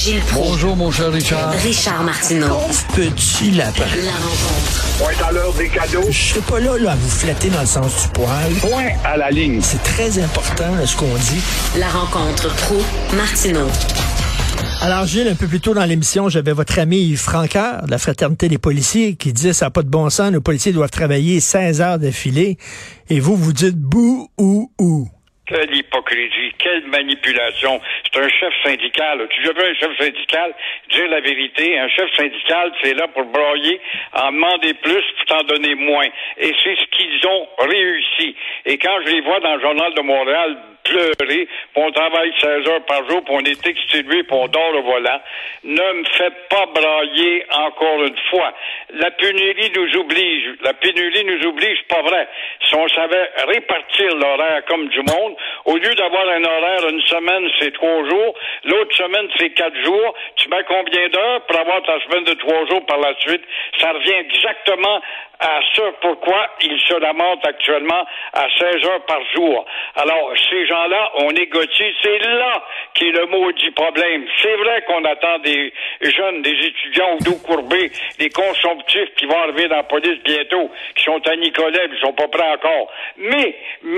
Gilles Proulx. Bonjour, mon cher Richard. Richard Martineau. Petit lapin. La rencontre. Point à l'heure des cadeaux. Je serai pas là à vous flatter dans le sens du poil. Point à la ligne. C'est très important, là, ce qu'on dit. La rencontre Proulx-Martineau. Alors, Gilles, un peu plus tôt dans l'émission, j'avais votre ami Yves Franqueur, de la Fraternité des policiers, qui disait ça n'a pas de bon sens, nos policiers doivent travailler 16 heures d'affilée. Et vous dites bouh, ou. Quelle hypocrisie, quelle manipulation. C'est un chef syndical. Tu veux un chef syndical dire la vérité. Un chef syndical, c'est là pour broyer, en demander plus, pour t'en donner moins. Et c'est ce qu'ils ont réussi. Et quand je les vois dans le Journal de Montréal pleurer, puis on travaille 16 heures par jour, puis on est exténué, puis on dort au volant, ne me faites pas brailler encore une fois. La pénurie nous oblige. La pénurie nous oblige, pas vrai. Si on savait répartir l'horaire comme du monde, au lieu d'avoir un horaire, une semaine, c'est 3 jours, l'autre semaine, c'est 4 jours, tu mets combien d'heures pour avoir ta semaine de 3 jours par la suite? Ça revient exactement à ce pourquoi ils se lamentent actuellement à 16 heures par jour. Alors, ces gens-là ont négocié. C'est là qu'est le maudit problème. C'est vrai qu'on attend des jeunes, des étudiants au dos courbé, des consomptifs qui vont arriver dans la police bientôt, qui sont à Nicolet, qui sont pas prêts encore. Mais,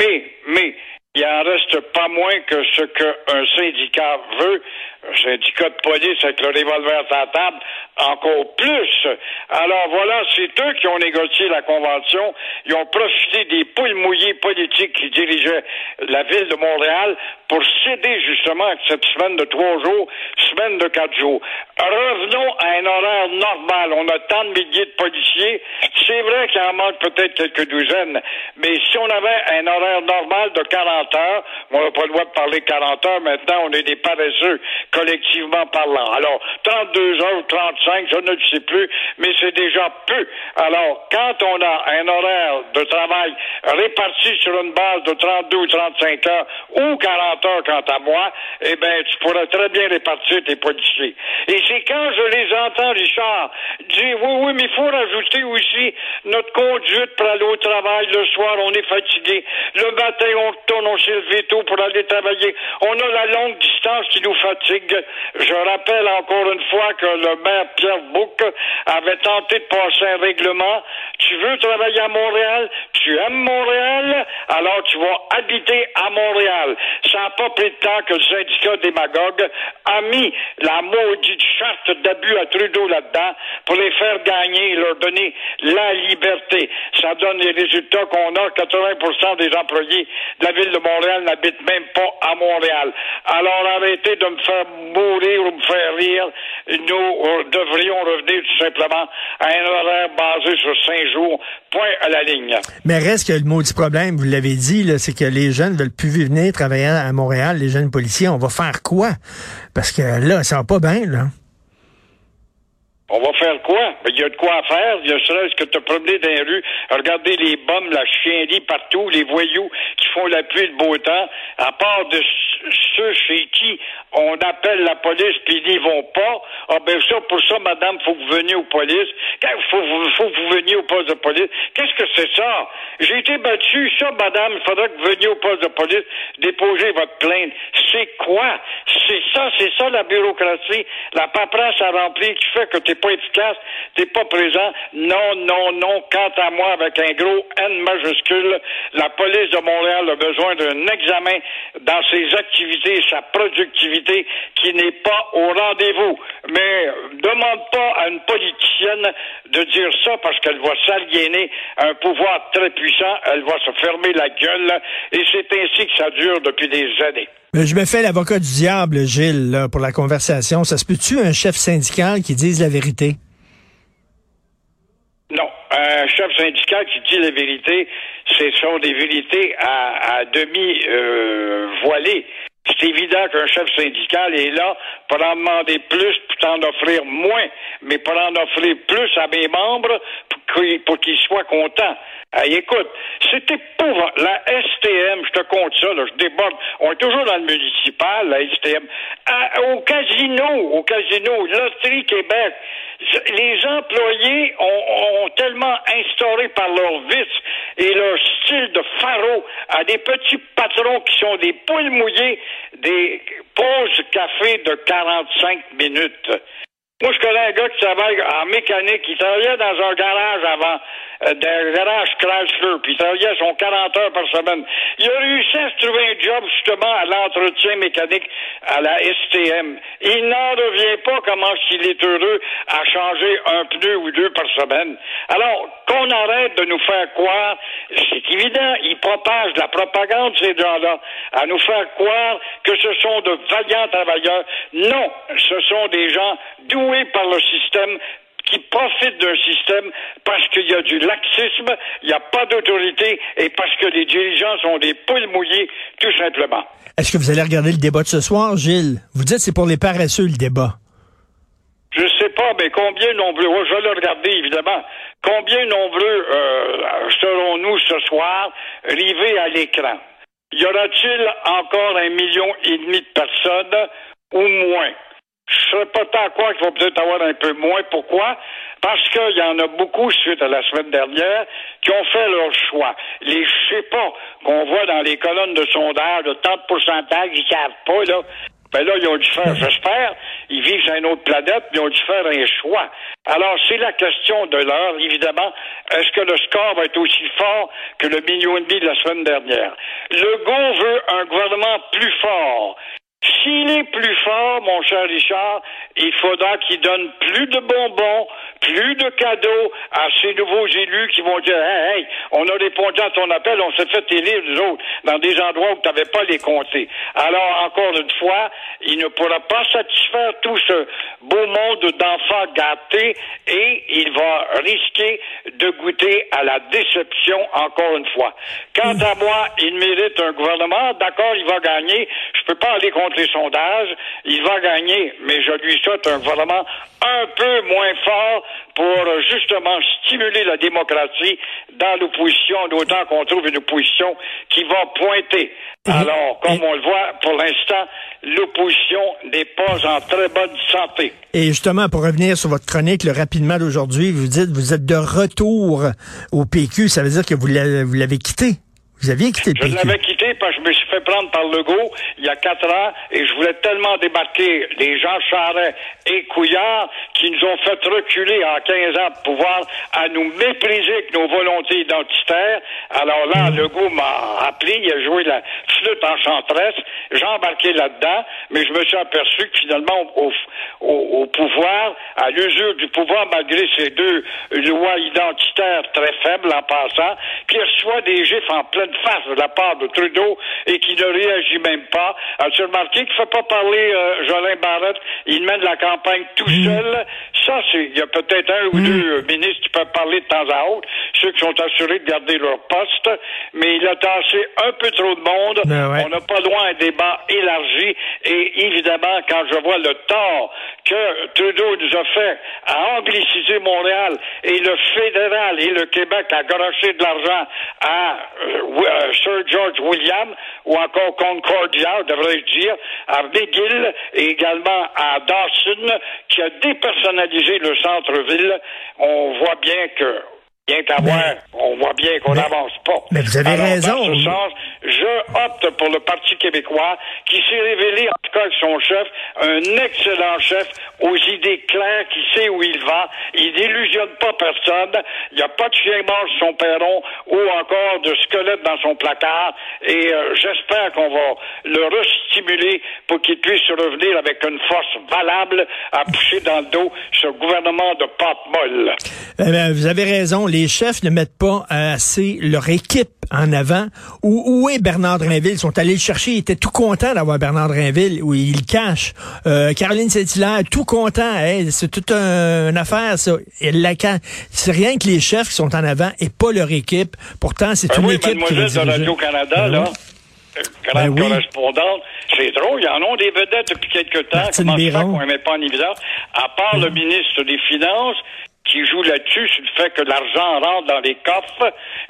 il en reste pas moins que ce qu'un syndicat veut, un syndicat de police avec le revolver à la table, encore plus. Alors voilà, c'est eux qui ont négocié la convention. Ils ont profité des poules mouillées politiques qui dirigeaient la ville de Montréal pour céder justement à cette semaine de 3 jours, semaine de 4 jours. Revenons à un horaire normal. On a tant de milliers de policiers. C'est vrai qu'il en manque peut-être quelques douzaines, mais si on avait un horaire normal de 40 heures, on n'a pas le droit de parler 40 heures, maintenant on est des paresseux, collectivement parlant. Alors, 32 heures ou 35, je ne sais plus, mais c'est déjà peu. Alors, quand on a un horaire de travail réparti sur une base de 32 ou 35 heures ou 40 heures, quant à moi, eh bien, tu pourrais très bien répartir tes policiers. Et c'est quand je les entends, Richard, dire oui, mais il faut rajouter aussi notre conduite pour aller au travail le soir, on est fatigué. Le matin, on retourne, on s'est levé tôt pour aller travailler. On a la longue distance qui nous fatigue. Je rappelle encore une fois que le maire Pierre Bouc avait tenté de passer un règlement. Tu veux travailler à Montréal? Tu aimes Montréal? Alors tu vas habiter à Montréal. Ça n'a pas pris de temps que le syndicat démagogue a mis la maudite charte d'abus à Trudeau là-dedans pour les faire gagner et leur donner la liberté. Ça donne les résultats qu'on a. 80% des employés de la ville de Montréal n'habitent même pas à Montréal. Alors arrêtez de me faire mourir ou me faire rire. Nous devrions revenir tout simplement à un horaire basé sur 5 jours. Point à la ligne. Mais reste que le maudit problème, vous l'avez dit, là, c'est que les jeunes ne veulent plus venir travailler à Montréal, les jeunes policiers. On va faire quoi? Parce que là, ça va pas bien, là. On va faire quoi? Il y a de quoi faire. Il y a serait-ce que te promener dans les rues, regarder les bombes, la chienlit partout, les voyous qui font la pluie et le beau temps, à part de ceux chez qui on appelle la police puis ils n'y vont pas. Ah ben ça, pour ça, madame, faut que vous veniez aux polices. Faut que vous veniez au poste de police. Qu'est-ce que c'est ça? J'ai été battu. Ça, madame, il faudrait que vous veniez au poste de police déposer votre plainte. C'est quoi? C'est ça la bureaucratie. La paperasse à remplir qui fait que t'es pas efficace, t'es pas présent. Non. Quant à moi, avec un gros N majuscule, la police de Montréal a besoin d'un examen dans ses activités, sa productivité qui n'est pas au rendez-vous. Mais demande pas à une politicienne de dire ça parce qu'elle va s'aliéner un pouvoir très puissant, elle va se fermer la gueule et c'est ainsi que ça dure depuis des années. Je me fais l'avocat du diable, Gilles, là, pour la conversation. Ça se peut-tu un chef syndical qui dise la vérité? Non. Un chef syndical qui dit la vérité, ce sont des vérités à demi voilées. C'est évident qu'un chef syndical est là pour en demander plus, pour t'en offrir moins, mais pour en offrir plus à mes membres pour qu'ils soient contents. Écoute, c'est épouvantable. La STM, je te compte ça, là, je déborde. On est toujours dans le municipal, la STM. Au casino, Loterie Québec, Les employés ont tellement instauré par leur vice et leur style de faro à des petits patrons qui sont des poules mouillées, des pauses café de 45 minutes. Moi, je connais un gars qui travaille en mécanique. Il travaillait dans un garage avant, d'un garage Chrysler, puis il travaillait son 40 heures par semaine. Il a réussi à se trouver un job, justement, à l'entretien mécanique à la STM. Il n'en revient pas comment il est heureux à changer un pneu ou deux par semaine. Alors, qu'on arrête de nous faire croire, c'est évident, ils propagent la propagande, ces gens-là, à nous faire croire que ce sont de vaillants travailleurs. Non, ce sont des gens doués par le système, qui profitent d'un système parce qu'il y a du laxisme, il n'y a pas d'autorité et parce que les dirigeants sont des poules mouillées, tout simplement. Est-ce que vous allez regarder le débat de ce soir, Gilles? Vous dites que c'est pour les paresseux, le débat. Je sais pas, mais combien nombreux, je vais le regarder évidemment, combien nombreux serons-nous ce soir rivés à l'écran? Y aura-t-il encore 1,5 million de personnes ou moins? Je serais pas tant à croire qu'il va peut-être avoir un peu moins. Pourquoi? Parce qu'il y en a beaucoup, suite à la semaine dernière, qui ont fait leur choix. Les je sais pas qu'on voit dans les colonnes de sondage de tant de pourcentage, ils savent pas, là. Ben là, ils ont dû faire, j'espère, ils vivent sur une autre planète, mais ils ont dû faire un choix. Alors, c'est la question de l'heure, évidemment. Est-ce que le score va être aussi fort que le 1,5 million de la semaine dernière? Legault veut un gouvernement plus fort. S'il est plus fort, mon cher Richard, il faudra qu'il donne plus de bonbons, plus de cadeaux à ces nouveaux élus qui vont dire « Hey, on a répondu à ton appel, on s'est fait élire, nous autres, dans des endroits où tu n'avais pas les compter. » Alors, encore une fois, il ne pourra pas satisfaire tout ce beau monde d'enfants gâtés et il va risquer de goûter à la déception, encore une fois. Quant à moi, il mérite un gouvernement. D'accord, il va gagner. Je peux pas aller contre les sondages, il va gagner, mais je lui souhaite un gouvernement un peu moins fort pour justement stimuler la démocratie dans l'opposition, d'autant qu'on trouve une opposition qui va pointer. Alors, comme on le voit, pour l'instant, l'opposition n'est pas en très bonne santé. Et justement, pour revenir sur votre chronique rapidement d'aujourd'hui, vous dites vous êtes de retour au PQ, ça veut dire que vous l'avez quitté. Vous aviez quitté le PQ. Je l'avais quitté parce que je me suis fait prendre par Legault il y a 4 ans et je voulais tellement débarquer les Jean Charest et Couillard qui nous ont fait reculer en 15 ans de pouvoir à nous mépriser avec nos volontés identitaires. Alors là, Legault m'a appelé, il a joué la flûte enchanteresse, j'ai embarqué là-dedans, mais je me suis aperçu que finalement au pouvoir, à l'usure du pouvoir, malgré ces deux lois identitaires très faibles en passant, qui reçoit des gifs en pleine face de la part de Trudeau et qui ne réagit même pas. As-tu remarqué qu'il ne fait pas parler Jolin Barrette? Il mène la campagne tout seul. Ça, il y a peut-être un ou deux ministres qui peuvent parler de temps à autre, ceux qui sont assurés de garder leur poste, mais il a tassé un peu trop de monde. Ouais. On n'a pas droit à un débat élargi et évidemment, quand je vois le tort que Trudeau nous a fait à angliciser Montréal et le fédéral et le Québec à garocher de l'argent à Sir George William ou encore Concordia, devrais-je dire, à McGill et également à Dawson, qui a dépersonnalisé le centre-ville, on voit bien que on voit bien qu'on n'avance pas. Mais vous avez raison. Dans ce sens, je opte pour le Parti québécois, qui s'est révélé, en tout cas avec son chef, un excellent chef aux idées claires, qui sait où il va. Il n'illusionne pas personne. Il n'y a pas de chien mort sur son perron ou encore de squelette dans son placard. Et j'espère qu'on va le restimuler pour qu'il puisse revenir avec une force valable à pousser dans le dos ce gouvernement de pâte molle. Vous avez raison. Les chefs ne mettent pas assez leur équipe en avant. Où est Bernard Drinville? Ils sont allés le chercher. Ils étaient tout contents d'avoir Bernard Drinville. Où il le cache. Caroline Saint-Hilaire, tout content. Hey, c'est toute une affaire, ça. C'est rien que les chefs qui sont en avant et pas leur équipe. Pourtant, c'est une équipe qui va diriger. De Radio-Canada, là. Grande correspondante. C'est drôle, ils en ont des vedettes depuis quelque temps. Martine Comment ça Biron. qu'on ne met pas en évidence? À part le ministre des Finances, qui joue là-dessus sur le fait que l'argent rentre dans les coffres,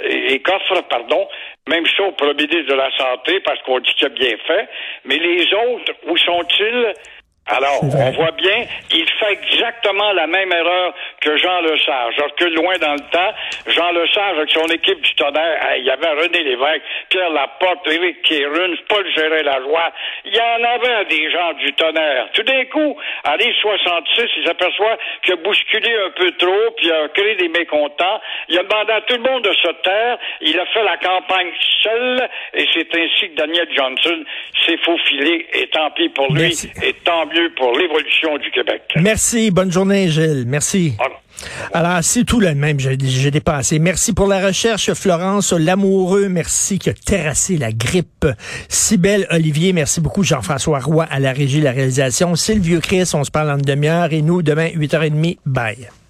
même chose pour le ministre de la Santé, parce qu'on dit qu'il a bien fait. Mais les autres, où sont-ils? Alors, on voit bien, il fait exactement la même erreur que Jean Lesage. Je recule loin dans le temps. Jean Lesage, avec son équipe du Tonnerre, il y avait René Lévesque, Pierre Laporte, Éric Kéruns, Paul Gérin-Lajoie. Il y en avait des gens du Tonnerre. Tout d'un coup, en 66, il s'aperçoit qu'il a bousculé un peu trop, puis il a créé des mécontents. Il a demandé à tout le monde de se taire. Il a fait la campagne seul, et c'est ainsi que Daniel Johnson s'est faufilé, et tant pis pour lui, et tant mieux pour l'évolution du Québec. Merci. Bonne journée, Gilles. Merci. Alors, c'est tout là même, j'ai dépassé. Merci pour la recherche, Florence Lamoureux. Merci qui a terrassé la grippe. Cybelle Olivier, merci beaucoup. Jean-François Roy à la régie, la réalisation. Sylvie Chris, on se parle en une demi-heure. Et nous, demain, 8h30. Bye.